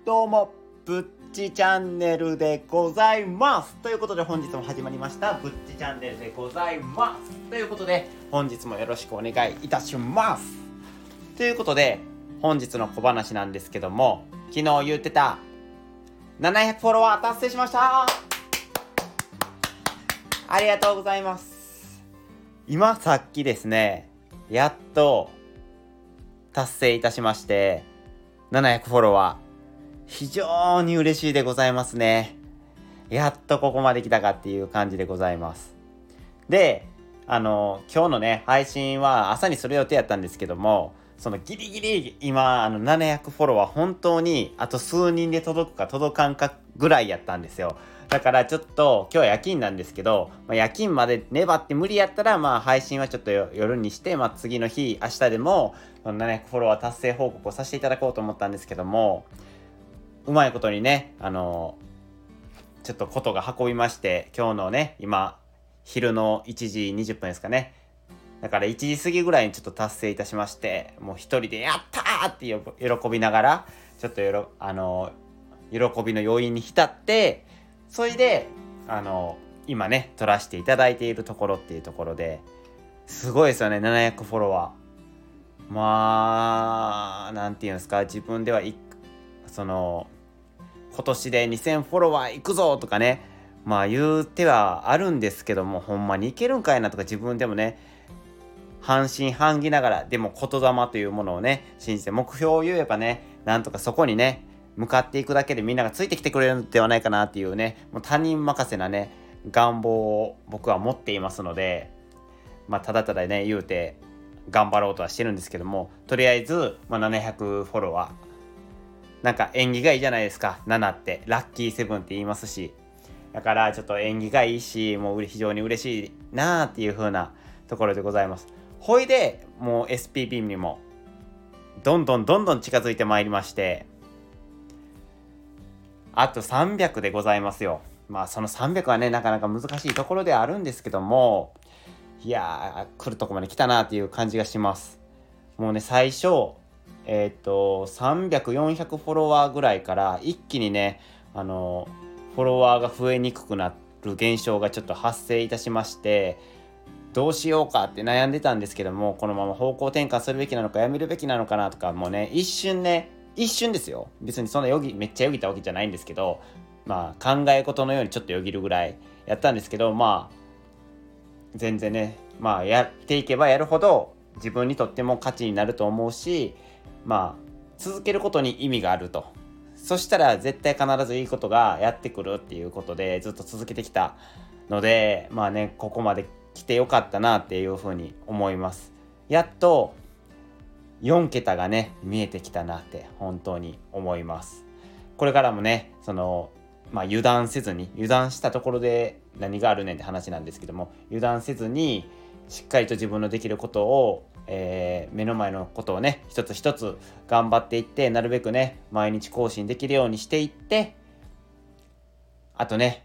どうもぶっちチャンネルでございますということで、本日も始まりましたぶっちチャンネルでございますということで、本日もよろしくお願いいたしますということで、本日の小話なんですけども、昨日言ってた700フォロワー達成しました。ありがとうございます。今さっきですね、やっと達成いたしまして、700フォロワー非常に嬉しいでございますね。やっとここまで来たかっていう感じでございます。で、今日のね配信は朝にする予定やったんですけども、そのギリギリ今700フォロワー本当にあと数人で届くか届かんかぐらいやったんですよ。だからちょっと今日は夜勤なんですけど、夜勤まで粘って無理やったら配信はちょっと夜にして、次の日明日でも700フォロワー達成報告をさせていただこうと思ったんですけども、うまいことにねちょっとことが運びまして、今日のね今昼の1時20分ですかね。だから1時過ぎぐらいにちょっと達成いたしまして、もう一人でやったーって喜びながら、ちょっと喜びの要因に浸って、それで今ね撮らせていただいているところっていうところで、すごいですよね。700フォロワー、なんていうんですか、自分では今年で2000フォロワーいくぞとかね、言う手はあるんですけども、ほんまにいけるんかいなとか自分でもね半信半疑ながら、でも言霊というものをね信じて、目標を言えばね、なんとかそこにね向かっていくだけでみんながついてきてくれるのではないかなっていうね、もう他人任せなね願望を僕は持っていますので、ただただね言うて頑張ろうとはしてるんですけども、とりあえず、700フォロワーなんか縁起がいいじゃないですか。7ってラッキーセブンって言いますし、だからちょっと縁起がいいし、もう非常に嬉しいなーっていう風なところでございます。ほいでもう SPP にもどんどん近づいてまいりまして、あと300でございますよ。その300はねなかなか難しいところではあるんですけども、いやー来るとこまで来たなっていう感じがします。もうね最初300、400フォロワーぐらいから一気にねフォロワーが増えにくくなる現象がちょっと発生いたしまして、どうしようかって悩んでたんですけども、このまま方向転換するべきなのかやめるべきなのかなとか、もうね一瞬ですよ。別にそんなめっちゃよぎったわけじゃないんですけど、考え事のようにちょっとよぎるぐらいやったんですけど、全然ねやっていけばやるほど自分にとっても価値になると思うし、続けることに意味があると。そしたら絶対必ずいいことがやってくるっていうことでずっと続けてきたので、ここまで来てよかったなっていうふうに思います。やっと4桁がね見えてきたなって本当に思います。これからもね油断せずに、油断したところで何があるねんって話なんですけども、油断せずにしっかりと自分のできることを、目の前のことをね一つ一つ頑張っていって、なるべくね毎日更新できるようにしていって、あとね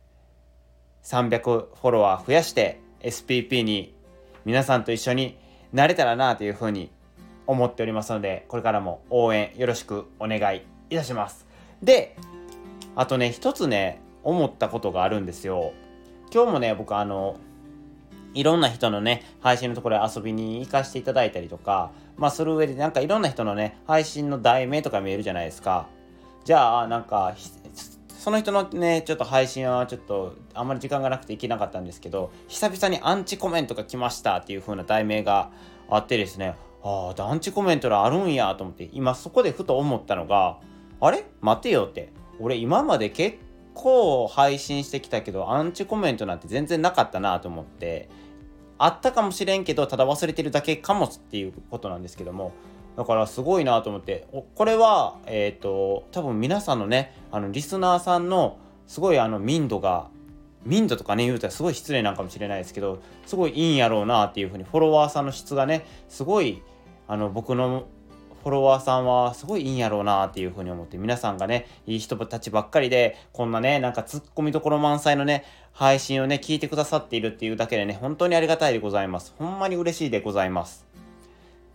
300フォロワー増やして SPP に皆さんと一緒になれたらなというふうに思っておりますので、これからも応援よろしくお願いいたします。で、あとね一つね思ったことがあるんですよ。今日もね僕いろんな人のね配信のところへ遊びに行かせていただいたりとか、する上でいろんな人のね配信の題名とか見えるじゃないですか。じゃあその人のねちょっと配信はちょっとあんまり時間がなくて行けなかったんですけど、久々にアンチコメントが来ましたっていう風な題名があってですね、アンチコメントがあるんやと思って、今そこでふと思ったのが、あれ待てよって、俺今まで結構配信してきたけどアンチコメントなんて全然なかったなと思って、あったかもしれんけどただ忘れてるだけかもっていうことなんですけども、だからすごいなと思って、これは多分皆さんのねリスナーさんのすごい民度とかね言うたらすごい失礼なんかもしれないですけど、すごいいいんやろうなっていうふうに、フォロワーさんの質がねすごい僕のフォロワーさんはすごいいいんやろうなっていう風に思って、皆さんがねいい人たちばっかりで、こんなねツッコミどころ満載のね配信をね聞いてくださっているっていうだけでね、本当にありがたいでございます。ほんまに嬉しいでございます。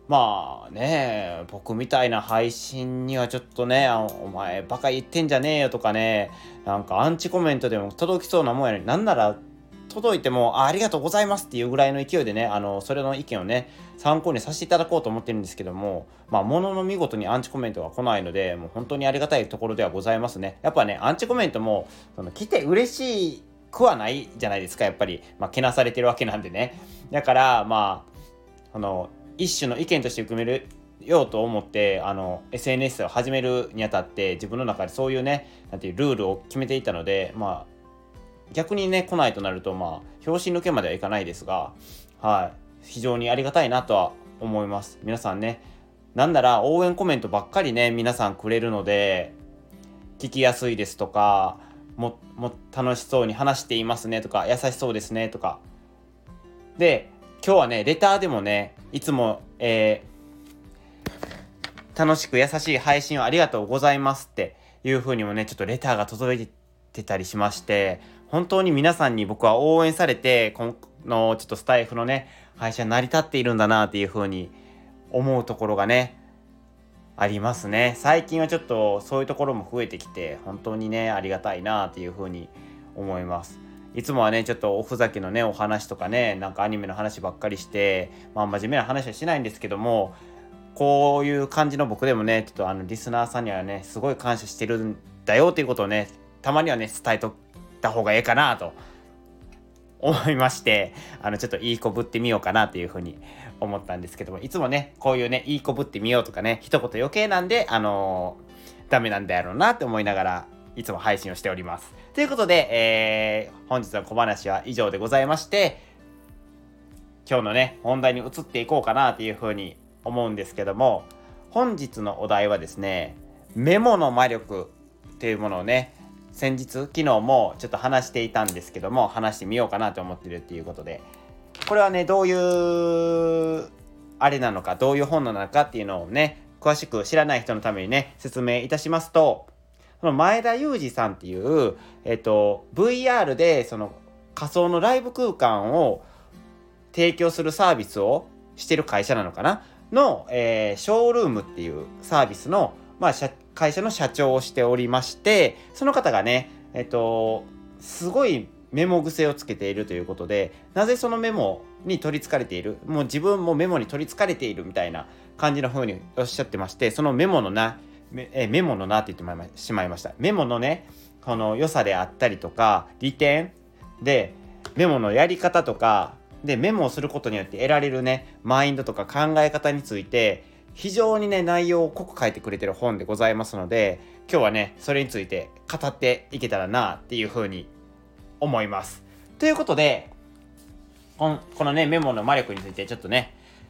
まあね、僕みたいな配信にはちょっとね、お前バカ言ってんじゃねえよとかね、なんかアンチコメントでも届きそうなもんやのに、なんなら届いてもありがとうございますっていうぐらいの勢いでね、それの意見をね、参考にさせていただこうと思ってるんですけども、まあ、ものの見事にアンチコメントが来ないので、もう本当にありがたいところではございますね。やっぱね、アンチコメントも、来て嬉しくはないじゃないですか、やっぱり。まあ、けなされてるわけなんでね。だから、まあ、一種の意見として受け止めるようと思ってSNS を始めるにあたって自分の中でそういうねなんていうルールを決めていたので、まあ逆にね来ないとなるとまあ拍子抜けまではいかないですが、はい、非常にありがたいなとは思います。皆さんね、なんなら応援コメントばっかりね皆さんくれるので聞きやすいですとか、も楽しそうに話していますねとか、優しそうですねとかで、今日はねレターでもねいつも、楽しく優しい配信をありがとうございますっていう風にもねちょっとレターが届いてたりしまして、本当に皆さんに僕は応援されてこのちょっとスタイフのね配信成り立っているんだなっていう風に思うところがねありますね。最近はちょっとそういうところも増えてきて本当にねありがたいなっていう風に思います。いつもはねちょっとおふざけのねお話とかねなんかアニメの話ばっかりして、まあ真面目な話はしないんですけども、こういう感じの僕でもねちょっとリスナーさんにはねすごい感謝してるんだよということをねたまにはね伝えとった方がええかなと思いまして、ちょっといい子ぶってみようかなというふうに思ったんですけども、いつもねこういうねいい子ぶってみようとかね一言余計なんでダメなんだろうなって思いながらいつも配信をしております。ということで、本日の小話は以上でございまして、今日のね本題に移っていこうかなというふうに思うんですけども、本日のお題はですね、メモの魔力っていうものをね先日昨日もちょっと話していたんですけども、話してみようかなと思ってるっていうことで、これはねどういうあれなのかどういう本なのかっていうのをね詳しく知らない人のためにね説明いたしますと、その前田裕二さんっていう、VR でその仮想のライブ空間を提供するサービスをしてる会社なのかなの、ショールームっていうサービスの、会社の社長をしておりまして、その方がね、すごいメモ癖をつけているということで、なぜそのメモに取り憑かれている、もう自分もメモに取り憑かれているみたいな感じの風におっしゃってまして、そのメモのなって言ってしまいました。メモのねこの良さであったりとか利点で、メモのやり方とかでメモをすることによって得られるねマインドとか考え方について非常にね内容を濃く書いてくれてる本でございますので、今日はねそれについて語っていけたらなっていうふうに思います。ということでこのねメモの魔力についてちょっとね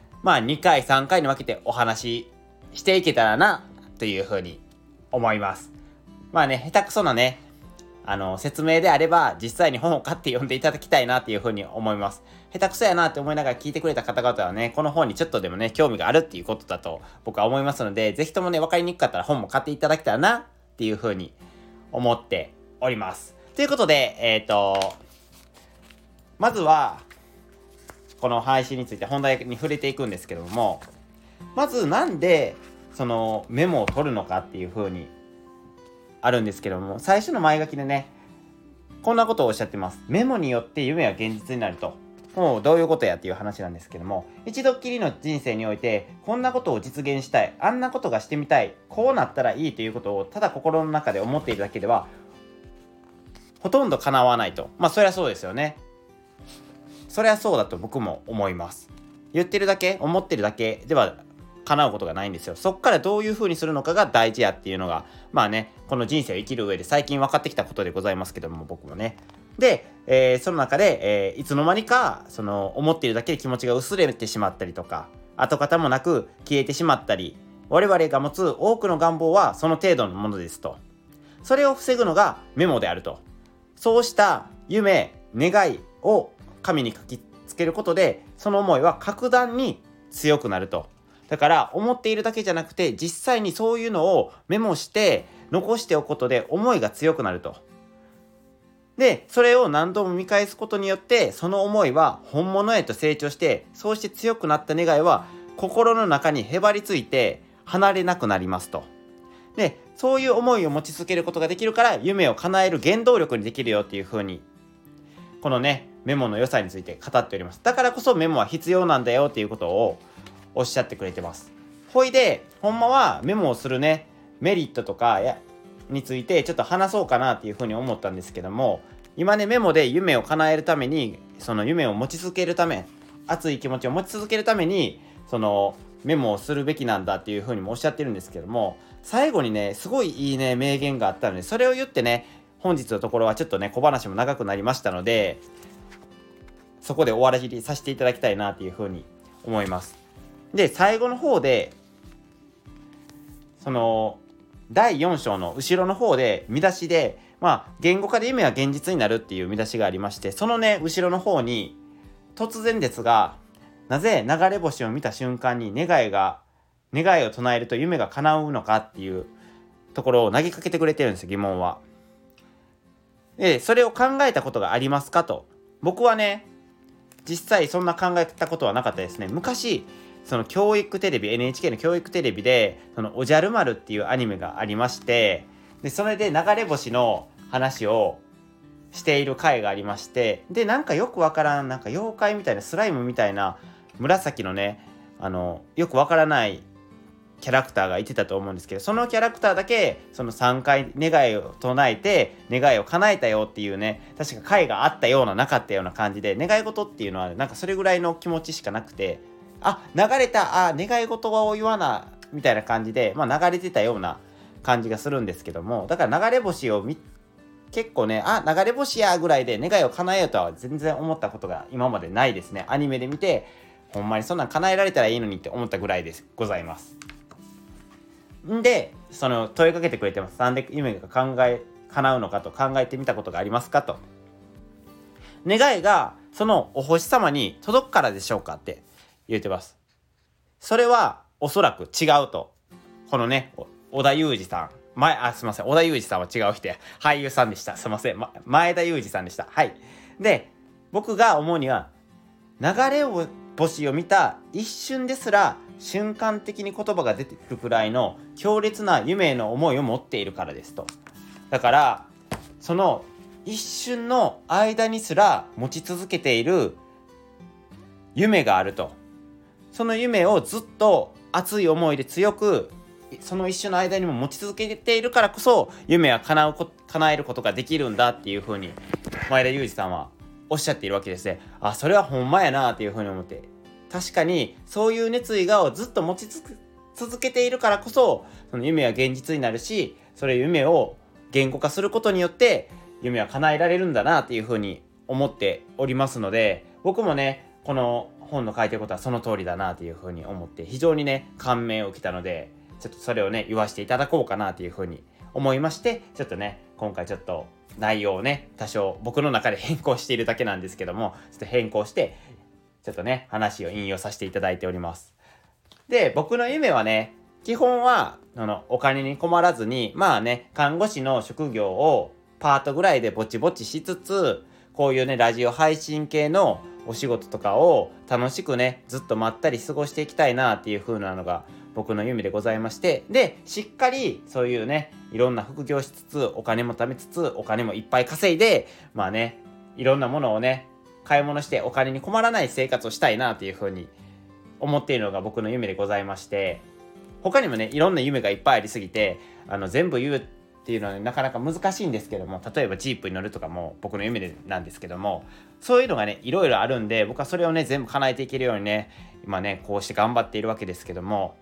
2回3回に分けてお話ししていけたらなというふうに思います。下手くそなね説明であれば実際に本を買って読んでいただきたいなっていうふうに思います。下手くそやなって思いながら聞いてくれた方々はねこの本にちょっとでもね興味があるっていうことだと僕は思いますので、ぜひともね分かりにくかったら本も買っていただけたらなっていうふうに思っております。ということでまずはこの配信について本題に触れていくんですけども、まずなんでそのメモを取るのかっていうふうにあるんですけども、最初の前書きでねこんなことをおっしゃってます。メモによって夢は現実になると。もうどういうことやっていう話なんですけども、一度っきりの人生においてこんなことを実現したい、あんなことがしてみたい、こうなったらいいということをただ心の中で思っているだけではほとんど叶わないと。そりゃそうですよね。そりゃそうだと僕も思います。言ってるだけ思ってるだけでは叶うことがないんですよ。そっからどういう風にするのかが大事やっていうのがこの人生を生きる上で最近分かってきたことでございますけども、僕もねで、その中で、いつの間にかその思っているだけで気持ちが薄れてしまったりとか跡形もなく消えてしまったり、我々が持つ多くの願望はその程度のものですと。それを防ぐのがメモであると。そうした夢願いを紙に書きつけることでその思いは格段に強くなると。だから思っているだけじゃなくて実際にそういうのをメモして残しておくことで思いが強くなると。でそれを何度も見返すことによってその思いは本物へと成長して、そうして強くなった願いは心の中にへばりついて離れなくなりますと。でそういう思いを持ち続けることができるから夢を叶える原動力にできるよっていう風にこのねメモの良さについて語っております。だからこそメモは必要なんだよっていうことをおっしゃってくれてます。ほいでほんまはメモをするねメリットとかについてちょっと話そうかなっていう風に思ったんですけども、今ねメモで夢を叶えるためにその夢を持ち続けるため熱い気持ちを持ち続けるためにそのメモをするべきなんだっていう風にもおっしゃってるんですけども、最後にねすごいいいね名言があったのでそれを言ってね本日のところはちょっとね小話も長くなりましたのでそこで終わりさせていただきたいなっていう風に思います。で最後の方でその第4章の後ろの方で見出しで言語化で夢は現実になるっていう見出しがありまして、そのね後ろの方に突然ですがなぜ流れ星を見た瞬間に願いを唱えると夢が叶うのかっていうところを投げかけてくれてるんですよ、疑問は。でそれを考えたことがありますかと。僕はね実際そんな考えたことはなかったですね。昔その教育テレビ NHK の教育テレビでそのおじゃる丸っていうアニメがありまして、でそれで流れ星の話をしている回がありまして、でなんかよくわからんなんか妖怪みたいなスライムみたいな紫のねよくわからないキャラクターがいてたと思うんですけど、そのキャラクターだけその3回願いを唱えて願いを叶えたよっていうね確か回があったようななかったような感じで、願い事っていうのはなんかそれぐらいの気持ちしかなくて、流れた願い事を言わなみたいな感じで、流れてたような感じがするんですけども、だから流れ星を結構ね流れ星やぐらいで願いを叶えようとは全然思ったことが今までないですね。アニメで見てほんまにそんなん叶えられたらいいのにって思ったぐらいですございます。んでその問いかけてくれてます。なんで夢が叶うのかと考えてみたことがありますかと。願いがそのお星様に届くからでしょうかって言ってます。それはおそらく違うと。このね織田裕二さんすいません織田裕二さんは違う人俳優さんでした。すいません、前田裕二さんでした。はい。で僕が思うには流れ星を見た一瞬ですら瞬間的に言葉が出てくるくらいの強烈な夢への思いを持っているからですと。だからその一瞬の間にすら持ち続けている夢があると。その夢をずっと熱い思いで強くその一瞬の間にも持ち続けているからこそ夢は叶えることができるんだっていう風に前田裕二さんはおっしゃっているわけですね。それはほんまやなっていう風に思って、確かにそういう熱意をずっと持ち続けているからこそその夢は現実になるし、それ夢を言語化することによって夢は叶えられるんだなっていう風に思っておりますので、僕もねこの本の書いてることはその通りだなっていう風に思って非常にね感銘を受けたので、ちょっとそれをね言わせていただこうかなという風に思いまして、ちょっとね今回ちょっと内容をね多少僕の中で変更しているだけなんですけども、ちょっと変更してちょっとね話を引用させていただいております。で僕の夢はね基本はお金に困らずに看護師の職業をパートぐらいでぼちぼちしつつ、こういうねラジオ配信系のお仕事とかを楽しくねずっとまったり過ごしていきたいなっていう風なのが僕の夢でございまして、でしっかりそういうねいろんな副業しつつお金も貯めつつお金もいっぱい稼いでいろんなものをね買い物してお金に困らない生活をしたいなっていう風に思っているのが僕の夢でございまして、他にもねいろんな夢がいっぱいありすぎて全部言うっていうのは、ね、なかなか難しいんですけども、例えばジープに乗るとかも僕の夢なんですけども、そういうのがねいろいろあるんで僕はそれをね全部叶えていけるようにね今ねこうして頑張っているわけですけども、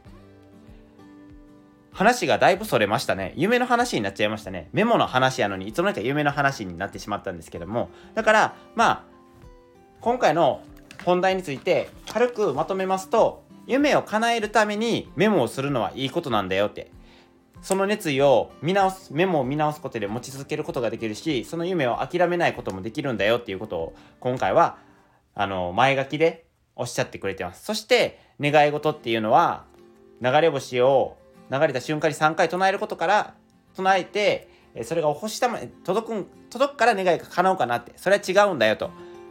話がだいぶそれましたね。夢の話になっちゃいましたね。メモの話やのにいつの間にか夢の話になってしまったんですけども、だから今回の本題について軽くまとめますと、夢を叶えるためにメモをするのはいいことなんだよって、その熱意をメモを見直すことで持ち続けることができるし、その夢を諦めないこともできるんだよっていうことを今回は前書きでおっしゃってくれてます。そして願い事っていうのは流れ星を流れた瞬間に3回唱えることから唱えて、それがお星様に届くから願いが叶うかなって、それは違うんだよと。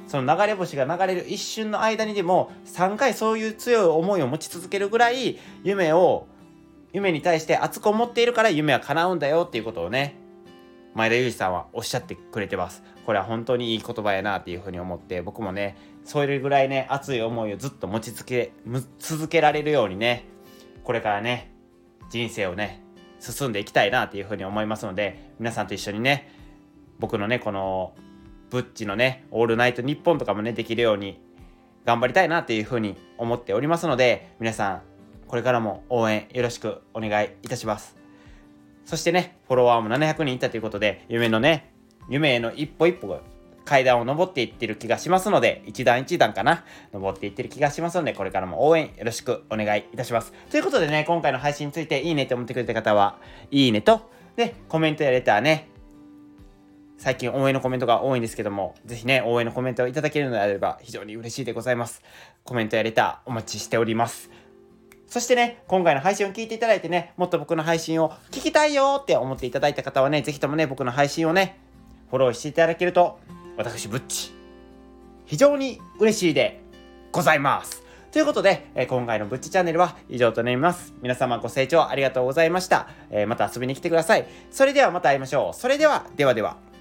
その流れ星が流れる一瞬の間にでも3回そういう強い思いを持ち続けるぐらい夢に対して熱く思っているから夢は叶うんだよっていうことをね、前田裕二さんはおっしゃってくれてます。これは本当にいい言葉やなっていうふうに思って、僕もねそれぐらいね熱い思いをずっと持ち続けられるようにね、これからね人生をね進んでいきたいなっていうふうに思いますので、皆さんと一緒にね僕のねこのブッチのねオールナイトニッポンとかもねできるように頑張りたいなっていうふうに思っておりますので、皆さんこれからも応援よろしくお願いいたします。そしてねフォロワーも700人いったということで、夢への一歩一歩が階段を登っていってる気がしますので、一段一段かな登っていってる気がしますので、これからも応援よろしくお願いいたします。ということでね、今回の配信についていいねと思ってくれた方はいいねと、でコメントやレターね、最近応援のコメントが多いんですけども、ぜひね応援のコメントをいただけるのであれば非常に嬉しいでございます。コメントやレターお待ちしております。そしてね、今回の配信を聞いていただいてね、もっと僕の配信を聞きたいよって思っていただいた方はね、ぜひともね僕の配信をねフォローしていただけると私ブッチ非常に嬉しいでございます。ということで、今回のブッチチャンネルは以上となります。皆様ご清聴ありがとうございました。また遊びに来てください。それではまた会いましょう。それではではでは。